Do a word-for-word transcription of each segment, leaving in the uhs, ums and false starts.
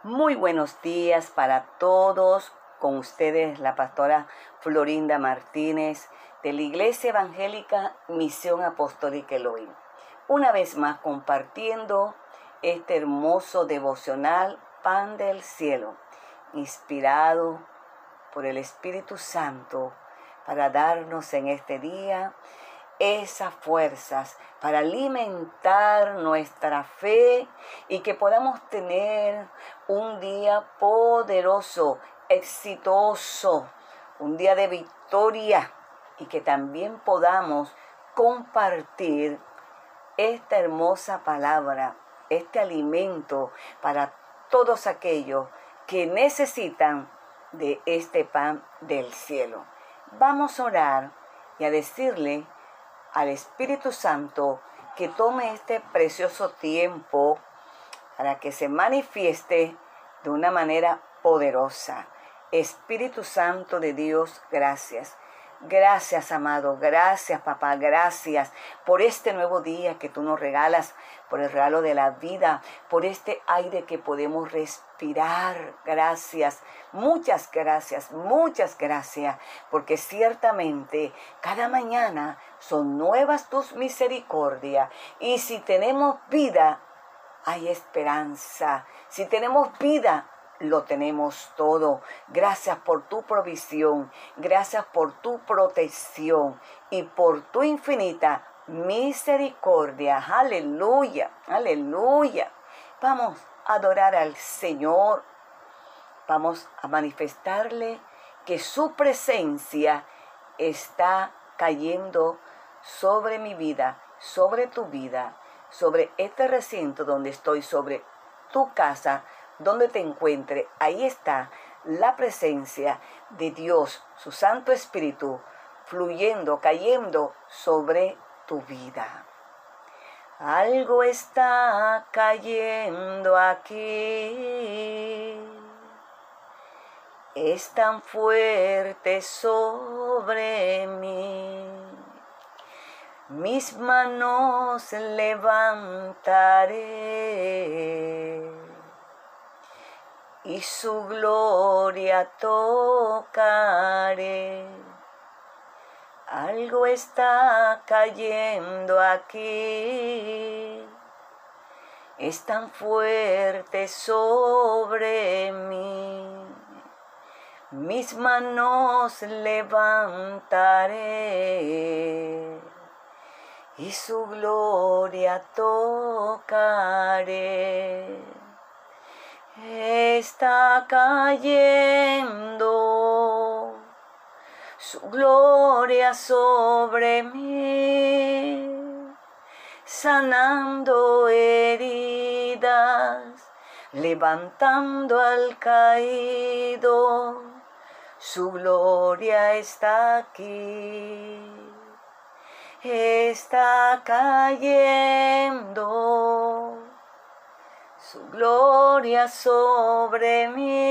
Muy buenos días para todos. Con ustedes la pastora Florinda Martínez de la Iglesia Evangélica Misión Apostólica Elohim. Una vez más compartiendo este hermoso devocional Pan del Cielo, inspirado por el Espíritu Santo para darnos en este día esas fuerzas para alimentar nuestra fe y que podamos tener un día poderoso, exitoso, un día de victoria y que también podamos compartir esta hermosa palabra, este alimento para todos aquellos que necesitan de este pan del cielo. Vamos a orar y a decirle al Espíritu Santo que tome este precioso tiempo para que se manifieste de una manera poderosa. Espíritu Santo de Dios, gracias. Gracias, amado. Gracias, papá. Gracias por este nuevo día que tú nos regalas, por el regalo de la vida, por este aire que podemos respirar. Gracias. Muchas gracias. Muchas gracias. Porque ciertamente cada mañana son nuevas tus misericordias. Y si tenemos vida, hay esperanza. Si tenemos vida, lo tenemos todo. Gracias por tu provisión, gracias por tu protección y por tu infinita misericordia. Aleluya, aleluya. Vamos a adorar al Señor. Vamos a manifestarle que su presencia está cayendo sobre mi vida, sobre tu vida, sobre este recinto donde estoy, sobre tu casa, donde te encuentre. Ahí está la presencia de Dios, su Santo Espíritu, fluyendo, cayendo sobre tu vida. Algo está cayendo aquí, es tan fuerte sobre mí. Mis manos levantaré y su gloria tocaré. Algo está cayendo aquí, es tan fuerte sobre mí. Mis manos levantaré y su gloria tocaré. Está cayendo su gloria sobre mí, sanando heridas, levantando al caído. Su gloria está aquí, está cayendo su gloria sobre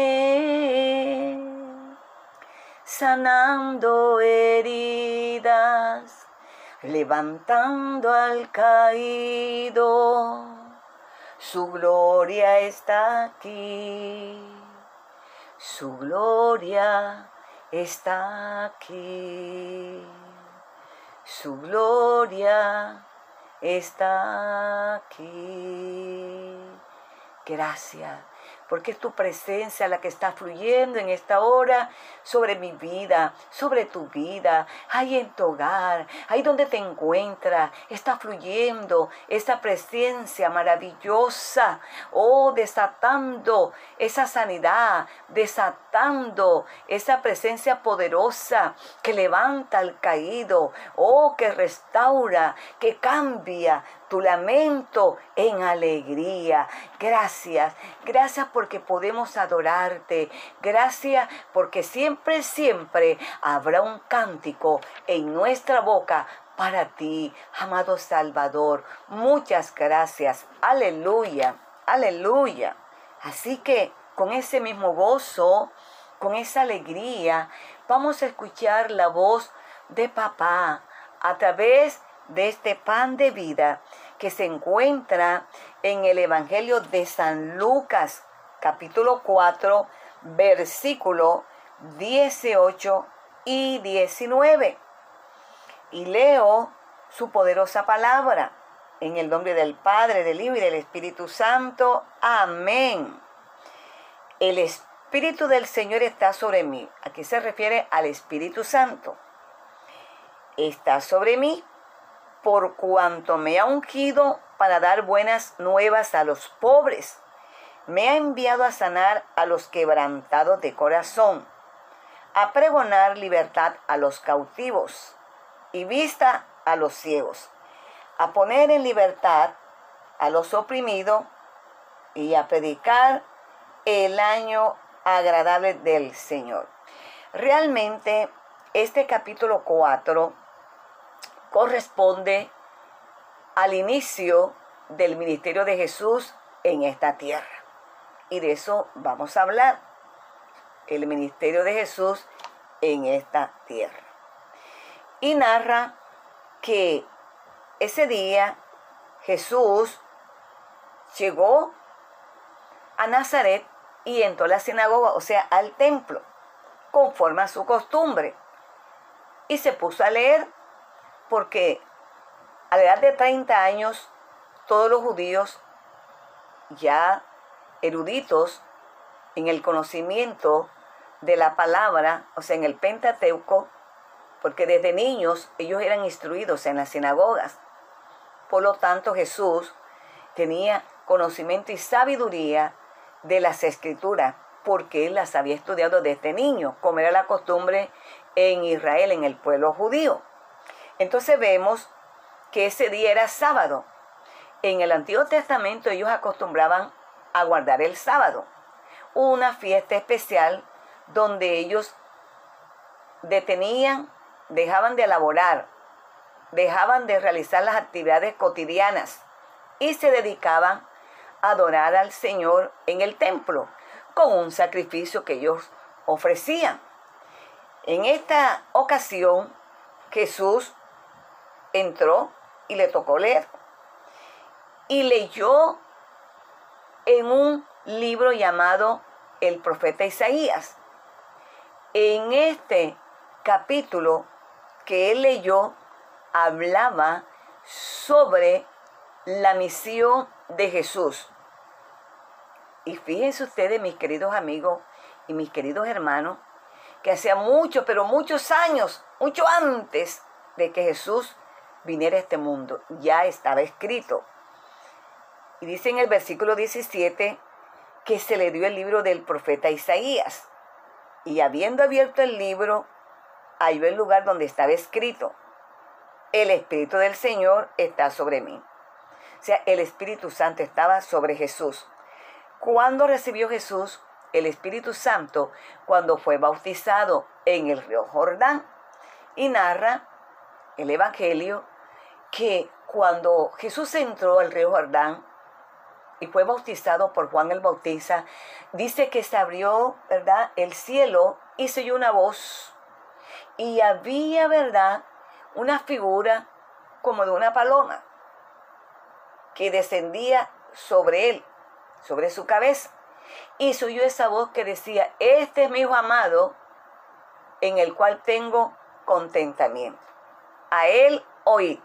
mí, sanando heridas, levantando al caído. Su gloria está aquí, su gloria está aquí, su gloria está aquí. Gracias, porque es tu presencia la que está fluyendo en esta hora sobre mi vida, sobre tu vida, ahí en tu hogar, ahí donde te encuentras, está fluyendo esa presencia maravillosa, oh, desatando esa sanidad, desatando esa presencia poderosa que levanta al caído, oh, que restaura, que cambia tu lamento en alegría. Gracias, gracias porque podemos adorarte. Gracias porque siempre, siempre habrá un cántico en nuestra boca para ti, amado Salvador. Muchas gracias. Aleluya, aleluya. Así que con ese mismo gozo, con esa alegría, vamos a escuchar la voz de papá a través de este pan de vida que se encuentra en el Evangelio de San Lucas, capítulo cuatro, versículo dieciocho y diecinueve. Y leo su poderosa palabra en el nombre del Padre, del Hijo y del Espíritu Santo. Amén. El Espíritu del Señor está sobre mí. Aquí se refiere al Espíritu Santo. Está sobre mí por cuanto me ha ungido para dar buenas nuevas a los pobres. Me ha enviado a sanar a los quebrantados de corazón, a pregonar libertad a los cautivos y vista a los ciegos, a poner en libertad a los oprimidos y a predicar el año agradable del Señor. Realmente este capítulo cuatro corresponde al inicio del ministerio de Jesús en esta tierra. Y de eso vamos a hablar, el ministerio de Jesús en esta tierra. Y narra que ese día Jesús llegó a Nazaret y entró a la sinagoga, o sea, al templo, conforme a su costumbre. Y se puso a leer, porque a la edad de treinta años, todos los judíos ya eruditos en el conocimiento de la palabra, o sea, en el Pentateuco, porque desde niños ellos eran instruidos en las sinagogas. Por lo tanto, Jesús tenía conocimiento y sabiduría de las Escrituras, porque él las había estudiado desde niño, como era la costumbre en Israel, en el pueblo judío. Entonces vemos que ese día era sábado. En el Antiguo Testamento ellos acostumbraban a guardar el sábado, una fiesta especial donde ellos detenían, dejaban de elaborar, dejaban de realizar las actividades cotidianas y se dedicaban a adorar al Señor en el templo con un sacrificio que ellos ofrecían. En esta ocasión Jesús entró y le tocó leer y leyó en un libro llamado el profeta Isaías. En este capítulo que él leyó hablaba sobre la misión de Jesús. Y fíjense ustedes, mis queridos amigos y mis queridos hermanos, que hacía mucho, pero muchos años, mucho antes de que Jesús viniera a este mundo, ya estaba escrito. Y dice en el versículo diecisiete que se le dio el libro del profeta Isaías. Y habiendo abierto el libro, halló el lugar donde estaba escrito: el Espíritu del Señor está sobre mí. O sea, el Espíritu Santo estaba sobre Jesús. ¿Cuándo recibió Jesús el Espíritu Santo? Cuando fue bautizado en el río Jordán. Y narra el Evangelio que cuando Jesús entró al río Jordán y fue bautizado por Juan el Bautista, dice que se abrió, ¿verdad?, el cielo y se oyó una voz. Y había, ¿verdad?, una figura como de una paloma que descendía sobre él, sobre su cabeza. Y se oyó esa voz que decía: este es mi Hijo amado, en el cual tengo contentamiento. A él oí.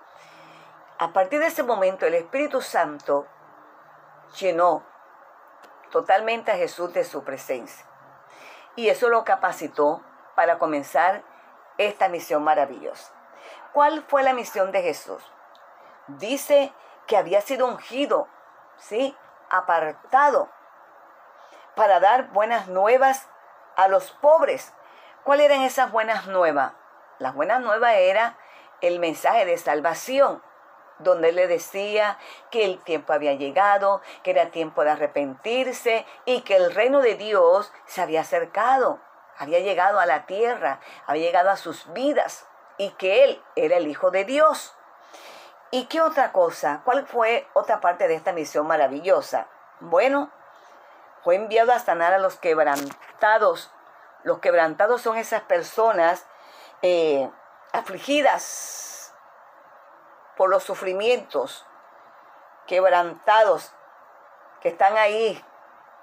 A partir de ese momento, el Espíritu Santo llenó totalmente a Jesús de su presencia. Y eso lo capacitó para comenzar esta misión maravillosa. ¿Cuál fue la misión de Jesús? Dice que había sido ungido, ¿sí?, apartado para dar buenas nuevas a los pobres. ¿Cuáles eran esas buenas nuevas? Las buenas nuevas era el mensaje de salvación, donde él le decía que el tiempo había llegado, que era tiempo de arrepentirse y que el reino de Dios se había acercado, había llegado a la tierra, había llegado a sus vidas y que él era el Hijo de Dios. ¿Y qué otra cosa? ¿Cuál fue otra parte de esta misión maravillosa? Bueno, fue enviado a sanar a los quebrantados. Los quebrantados son esas personas eh, afligidas por los sufrimientos, quebrantados, que están ahí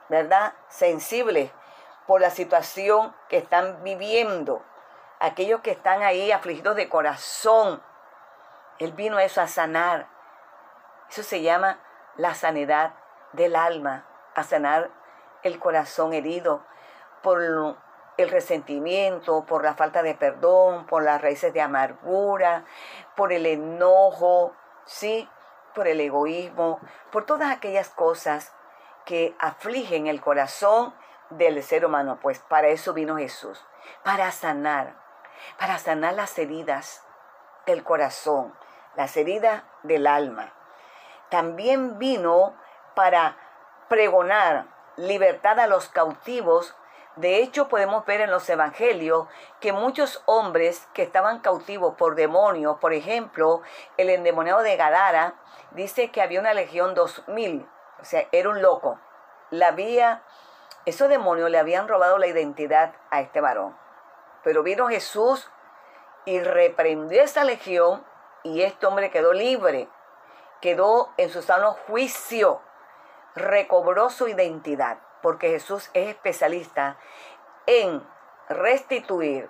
¿verdad?, sensibles por la situación que están viviendo, aquellos que están ahí afligidos de corazón. Él vino a eso, a sanar. Eso se llama la sanidad del alma, a sanar el corazón herido por el resentimiento, por la falta de perdón, por las raíces de amargura, por el enojo, ¿sí?, por el egoísmo, por todas aquellas cosas que afligen el corazón del ser humano. Pues para eso vino Jesús, para sanar, para sanar las heridas del corazón, las heridas del alma. También vino para pregonar libertad a los cautivos. De hecho, podemos ver en los evangelios que muchos hombres que estaban cautivos por demonios, por ejemplo, el endemoniado de Gadara, dice que había una legión dos mil, o sea, era un loco. La había, esos demonios le habían robado la identidad a este varón. Pero vino Jesús y reprendió esa legión y este hombre quedó libre, quedó en su sano juicio, recobró su identidad, porque Jesús es especialista en restituir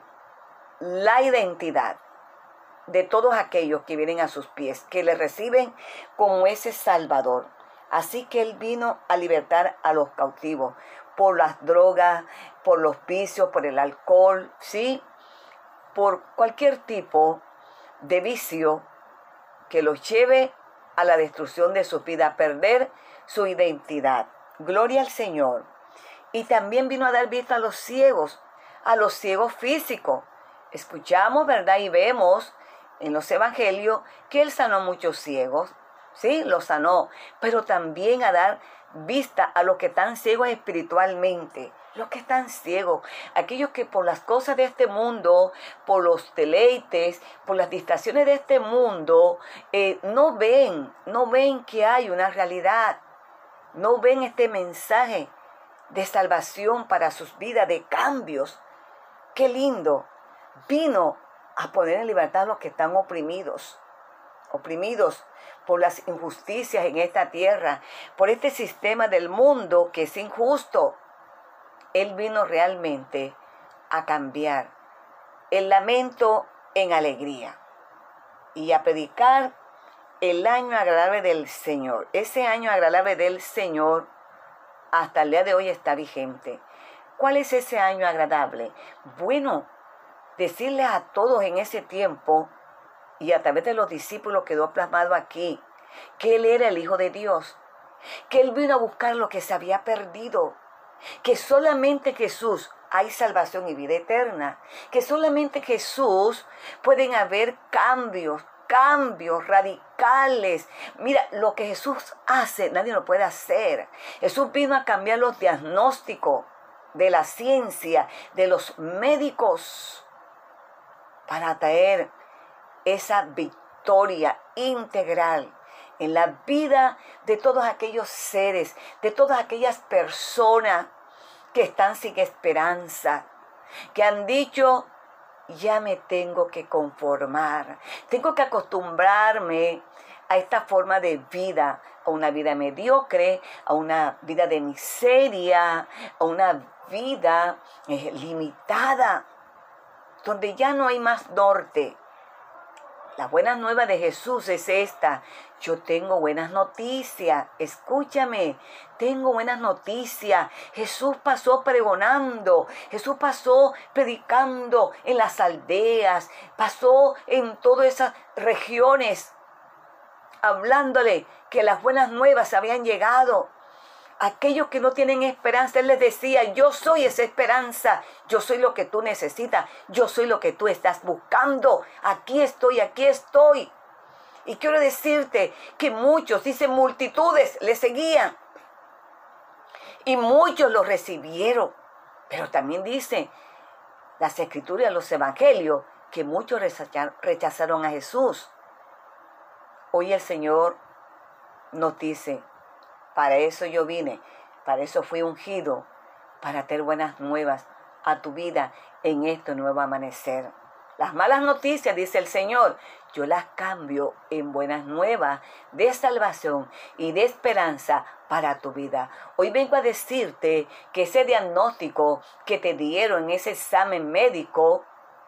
la identidad de todos aquellos que vienen a sus pies, que le reciben como ese Salvador. Así que Él vino a libertar a los cautivos por las drogas, por los vicios, por el alcohol, ¿sí?, por cualquier tipo de vicio que los lleve a la destrucción de su vida, a perder su identidad. Gloria al Señor. Y también vino a dar vista a los ciegos, a los ciegos físicos. Escuchamos, ¿verdad?, y vemos en los evangelios que Él sanó a muchos ciegos, sí, los sanó, pero también a dar vista a los que están ciegos espiritualmente, los que están ciegos, aquellos que por las cosas de este mundo, por los deleites, por las distracciones de este mundo, eh, no ven, no ven que hay una realidad, no ven este mensaje de salvación para sus vidas, de cambios. ¡Qué lindo! Vino a poner en libertad a los que están oprimidos, oprimidos por las injusticias en esta tierra, por este sistema del mundo que es injusto. Él vino realmente a cambiar el lamento en alegría y a predicar el año agradable del Señor. Ese año agradable del Señor hasta el día de hoy está vigente. ¿Cuál es ese año agradable? Bueno, decirle a todos en ese tiempo, y a través de los discípulos quedó plasmado aquí, que Él era el Hijo de Dios, que Él vino a buscar lo que se había perdido, que solamente Jesús hay salvación y vida eterna, que solamente Jesús pueden haber cambios, cambios radicales. Mira, lo que Jesús hace, nadie lo puede hacer. Jesús vino a cambiar los diagnósticos de la ciencia, de los médicos, para traer esa victoria integral en la vida de todos aquellos seres, de todas aquellas personas que están sin esperanza, que han dicho, ya me tengo que conformar, tengo que acostumbrarme a esta forma de vida, a una vida mediocre, a una vida de miseria, a una vida eh, limitada, donde ya no hay más norte. La buena nueva de Jesús es esta. Yo tengo buenas noticias. Escúchame, tengo buenas noticias. Jesús pasó pregonando. Jesús pasó predicando en las aldeas. Pasó en todas esas regiones, hablándole que las buenas nuevas habían llegado. Aquellos que no tienen esperanza, Él les decía, yo soy esa esperanza, yo soy lo que tú necesitas, yo soy lo que tú estás buscando, aquí estoy, aquí estoy. Y quiero decirte que muchos, dice multitudes, le seguían. Y muchos lo recibieron. Pero también dice las escrituras, los evangelios, que muchos rechazaron a Jesús. Hoy el Señor nos dice, para eso yo vine, para eso fui ungido, para tener buenas nuevas a tu vida en este nuevo amanecer. Las malas noticias, dice el Señor, yo las cambio en buenas nuevas de salvación y de esperanza para tu vida. Hoy vengo a decirte que ese diagnóstico que te dieron en ese examen médico,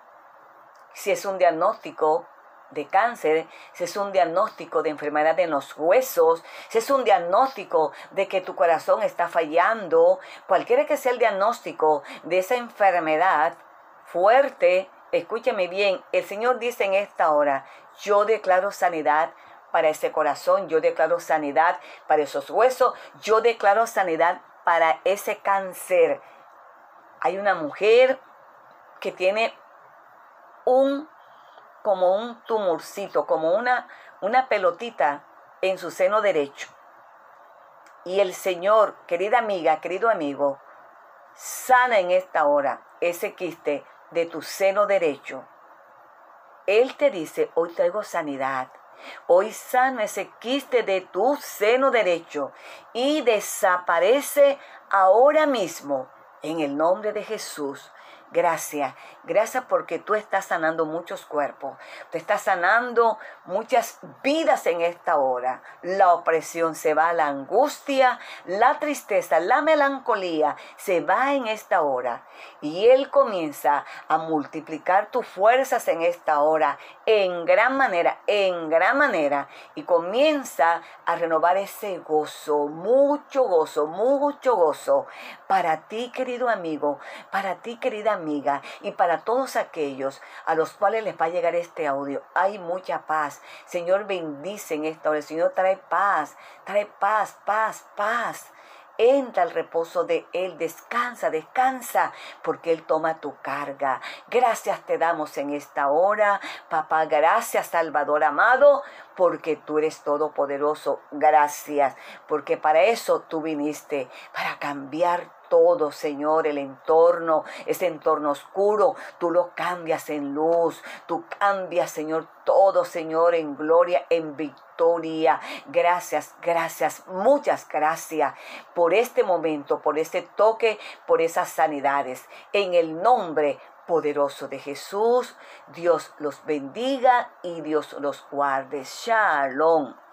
si es un diagnóstico de cáncer, si es un diagnóstico de enfermedad en los huesos, si es un diagnóstico de que tu corazón está fallando, cualquiera que sea el diagnóstico de esa enfermedad fuerte, escúchame bien, el Señor dice en esta hora, yo declaro sanidad para ese corazón, yo declaro sanidad para esos huesos, yo declaro sanidad para ese cáncer. Hay una mujer que tiene un como un tumorcito, como una, una pelotita en su seno derecho. Y el Señor, querida amiga, querido amigo, sana en esta hora ese quiste de tu seno derecho. Él te dice, hoy traigo sanidad. Hoy sano ese quiste de tu seno derecho y desaparece ahora mismo en el nombre de Jesús. Gracias, gracias porque tú estás sanando muchos cuerpos, tú estás sanando muchas vidas en esta hora. La opresión se va, la angustia, la tristeza, la melancolía se va en esta hora. Y Él comienza a multiplicar tus fuerzas en esta hora, en gran manera, en gran manera. Y comienza a renovar ese gozo, mucho gozo, mucho gozo. Para ti, querido amigo, para ti, querida amiga. amiga y para todos aquellos a los cuales les va a llegar este audio, hay mucha paz. Señor, bendice en esta hora. El Señor trae paz, trae paz, paz, paz. Entra al reposo de Él, descansa, descansa, porque Él toma tu carga. Gracias te damos en esta hora, papá, gracias, Salvador amado, porque tú eres todopoderoso. Gracias, porque para eso tú viniste, para cambiar todo, Señor, el entorno, ese entorno oscuro, tú lo cambias en luz, tú cambias, Señor, todo, Señor, en gloria, en victoria. Gracias, gracias, muchas gracias por este momento, por este toque, por esas sanidades. En el nombre poderoso de Jesús, Dios los bendiga y Dios los guarde. Shalom.